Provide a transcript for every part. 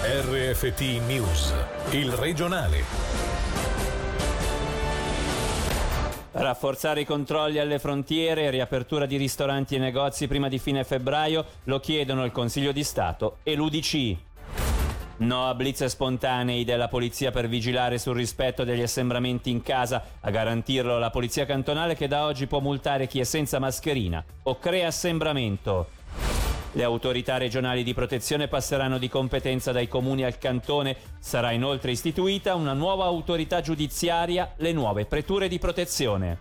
RFT News, il regionale. Rafforzare i controlli alle frontiere, riapertura di ristoranti e negozi prima di fine febbraio, lo chiedono il Consiglio di Stato e l'UDC. No a blitz spontanei della polizia per vigilare sul rispetto degli assembramenti in casa, a garantirlo la polizia cantonale che da oggi può multare chi è senza mascherina o crea assembramento. Le autorità regionali di protezione passeranno di competenza dai comuni al cantone. Sarà inoltre istituita una nuova autorità giudiziaria, le nuove preture di protezione.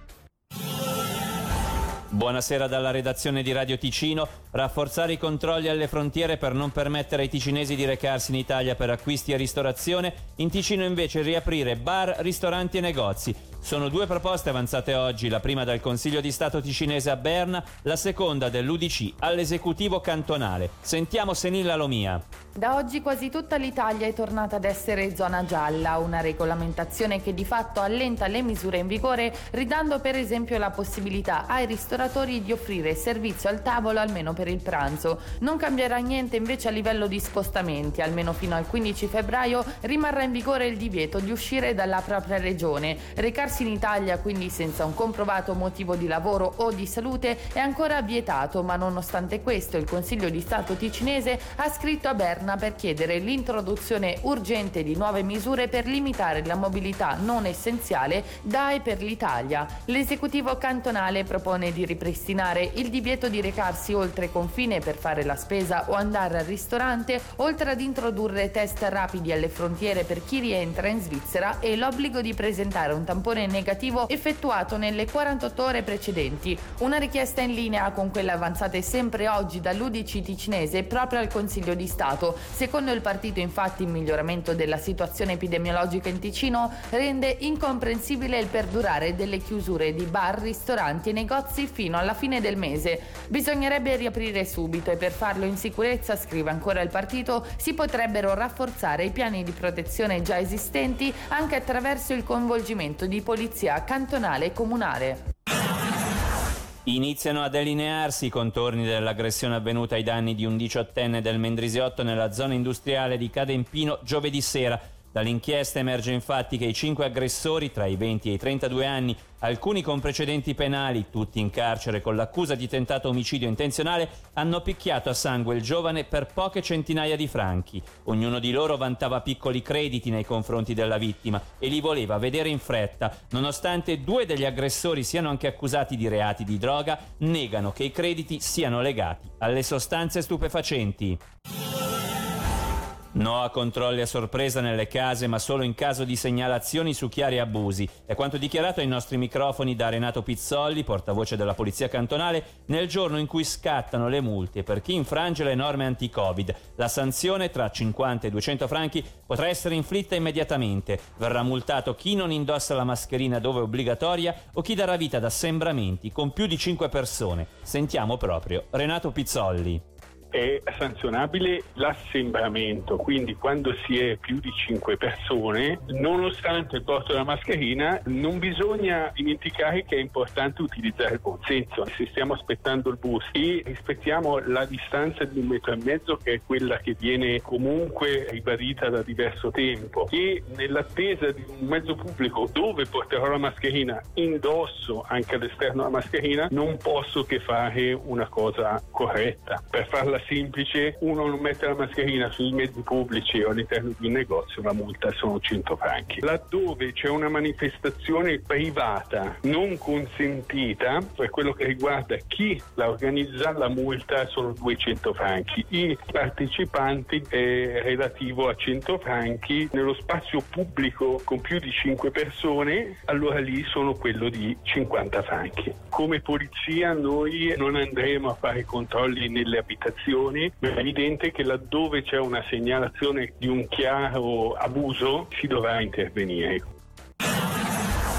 Buonasera dalla redazione di Radio Ticino. Rafforzare i controlli alle frontiere per non permettere ai ticinesi di recarsi in Italia per acquisti e ristorazione. In Ticino invece riaprire bar, ristoranti e negozi. Sono due proposte avanzate oggi, la prima dal Consiglio di Stato ticinese a Berna, la seconda dell'UDC all'esecutivo cantonale. Sentiamo Senilla Lomia. Da oggi quasi tutta l'Italia è tornata ad essere zona gialla, una regolamentazione che di fatto allenta le misure in vigore, ridando per esempio la possibilità ai ristoratori di offrire servizio al tavolo almeno per il pranzo. Non cambierà niente invece a livello di spostamenti, almeno fino al 15 febbraio rimarrà in vigore il divieto di uscire dalla propria regione. Recarsi in Italia, quindi senza un comprovato motivo di lavoro o di salute, è ancora vietato, ma nonostante questo il Consiglio di Stato ticinese ha scritto a Berna per chiedere l'introduzione urgente di nuove misure per limitare la mobilità non essenziale da e per l'Italia. L'esecutivo cantonale propone di ripristinare il divieto di recarsi oltre confine per fare la spesa o andare al ristorante, oltre ad introdurre test rapidi alle frontiere per chi rientra in Svizzera e l'obbligo di presentare un tampone negativo effettuato nelle 48 ore precedenti. Una richiesta in linea con quelle avanzate sempre oggi dall'UDC ticinese proprio al Consiglio di Stato. Secondo il partito, infatti, il miglioramento della situazione epidemiologica in Ticino rende incomprensibile il perdurare delle chiusure di bar, ristoranti e negozi fino alla fine del mese. Bisognerebbe riaprire subito e per farlo in sicurezza, scrive ancora il partito, si potrebbero rafforzare i piani di protezione già esistenti anche attraverso il coinvolgimento di polizia cantonale e comunale. Iniziano a delinearsi i contorni dell'aggressione avvenuta ai danni di un 18enne del Mendrisiotto nella zona industriale di Cadempino giovedì sera. Dall'inchiesta emerge infatti che i 5 aggressori, tra i 20 e i 32 anni, alcuni con precedenti penali, tutti in carcere con l'accusa di tentato omicidio intenzionale, hanno picchiato a sangue il giovane per poche centinaia di franchi. Ognuno di loro vantava piccoli crediti nei confronti della vittima e li voleva vedere in fretta. Nonostante 2 degli aggressori siano anche accusati di reati di droga, negano che i crediti siano legati alle sostanze stupefacenti. No a controlli a sorpresa nelle case, ma solo in caso di segnalazioni su chiari abusi. È quanto dichiarato ai nostri microfoni da Renato Pizzolli, portavoce della Polizia Cantonale, nel giorno in cui scattano le multe per chi infrange le norme anti-Covid. La sanzione, tra 50 e 200 franchi, potrà essere inflitta immediatamente. Verrà multato chi non indossa la mascherina dove obbligatoria o chi darà vita ad assembramenti con più di 5 persone. Sentiamo proprio Renato Pizzolli. È sanzionabile l'assembramento, quindi quando si è più di 5 persone, nonostante il porto della mascherina, non bisogna dimenticare che è importante utilizzare il buonsenso. Se stiamo aspettando il bus e rispettiamo la distanza di 1,5 metri, che è quella che viene comunque ribadita da diverso tempo, e nell'attesa di un mezzo pubblico dove porterò la mascherina indosso anche all'esterno della mascherina, non posso che fare una cosa corretta. Per farla semplice, uno non mette la mascherina sui mezzi pubblici o all'interno di un negozio, la multa sono 100 franchi. Laddove c'è una manifestazione privata non consentita, per quello che riguarda chi la organizza, la multa sono 200 franchi. I partecipanti è relativo a 100 franchi. Nello spazio pubblico con più di 5 persone, allora lì sono quello di 50 franchi. Come polizia noi non andremo a fare controlli nelle abitazioni, ma è evidente che laddove c'è una segnalazione di un chiaro abuso si dovrà intervenire.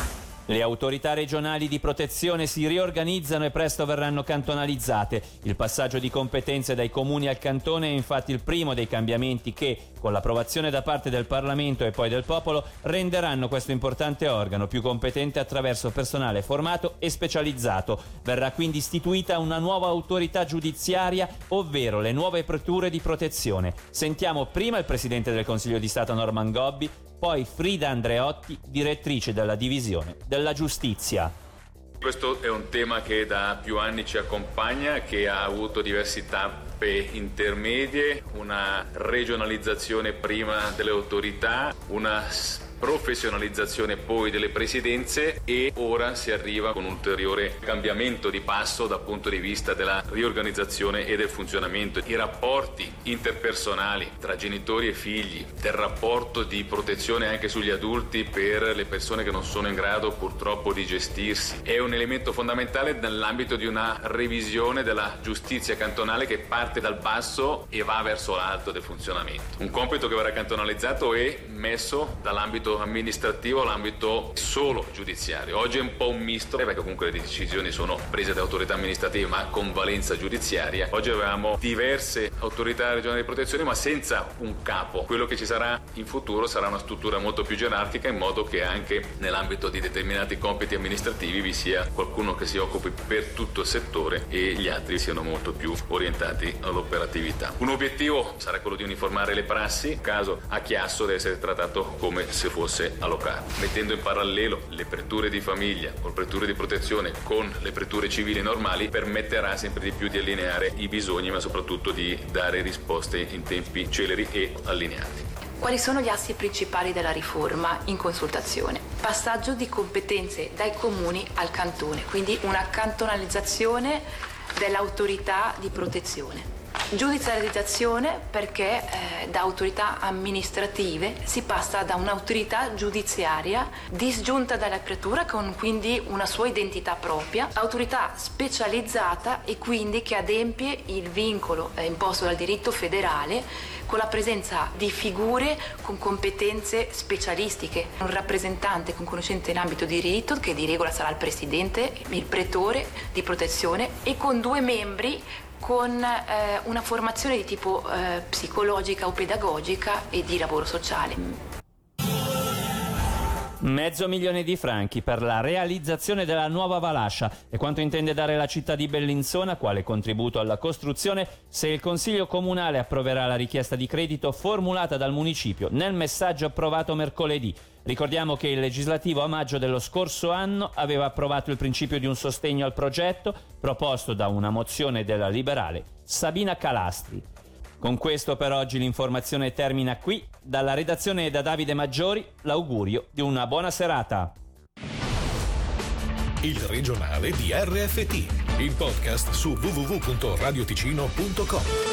Le autorità regionali di protezione si riorganizzano e presto verranno cantonalizzate. Il passaggio di competenze dai comuni al cantone è infatti il primo dei cambiamenti che, con l'approvazione da parte del Parlamento e poi del popolo, renderanno questo importante organo più competente attraverso personale formato e specializzato. Verrà quindi istituita una nuova autorità giudiziaria, ovvero le nuove preture di protezione. Sentiamo prima il Presidente del Consiglio di Stato Norman Gobbi, poi Frida Andreotti, direttrice della divisione della giustizia. Questo è un tema che da più anni ci accompagna, che ha avuto diverse tappe intermedie, una regionalizzazione prima delle autorità, una professionalizzazione poi delle presidenze e ora si arriva con un ulteriore cambiamento di passo dal punto di vista della riorganizzazione e del funzionamento. I rapporti interpersonali tra genitori e figli, del rapporto di protezione anche sugli adulti per le persone che non sono in grado purtroppo di gestirsi, è un elemento fondamentale nell'ambito di una revisione della giustizia cantonale che parte dal basso e va verso l'alto del funzionamento. Un compito che verrà cantonalizzato e messo dall'ambito amministrativo all'ambito solo giudiziario. Oggi è un po' un misto, perché comunque le decisioni sono prese da autorità amministrative ma con valenza giudiziaria. Oggi avevamo diverse autorità regionali di protezione ma senza un capo. Quello che ci sarà in futuro sarà una struttura molto più gerarchica, in modo che anche nell'ambito di determinati compiti amministrativi vi sia qualcuno che si occupi per tutto il settore e gli altri siano molto più orientati all'operatività. Un obiettivo sarà quello di uniformare le prassi. In caso a Chiasso deve essere trattato come se fosse a Locarno, mettendo in parallelo le preture di famiglia o le preture di protezione con le preture civili normali, permetterà sempre di più di allineare i bisogni, ma soprattutto di dare risposte in tempi celeri e allineati. Quali sono gli assi principali della riforma in consultazione? Passaggio di competenze dai comuni al cantone, quindi una cantonalizzazione dell'autorità di protezione. Giudiziarizzazione perché da autorità amministrative si passa da un'autorità giudiziaria disgiunta dalla pretura con quindi una sua identità propria, autorità specializzata e quindi che adempie il vincolo imposto dal diritto federale con la presenza di figure con competenze specialistiche, un rappresentante con conoscenze in ambito di diritto che di regola sarà il presidente, il pretore di protezione e con 2 membri con una formazione di tipo psicologica o pedagogica e di lavoro sociale. $500.000 di franchi per la realizzazione della nuova Valascia e quanto intende dare la città di Bellinzona quale contributo alla costruzione se il Consiglio Comunale approverà la richiesta di credito formulata dal municipio nel messaggio approvato mercoledì. Ricordiamo che il legislativo a maggio dello scorso anno aveva approvato il principio di un sostegno al progetto proposto da una mozione della liberale Sabina Calastri. Con questo per oggi l'informazione termina qui. Dalla redazione e da Davide Maggiori l'augurio di una buona serata. Il regionale di RFT, il podcast su www.radioticino.com.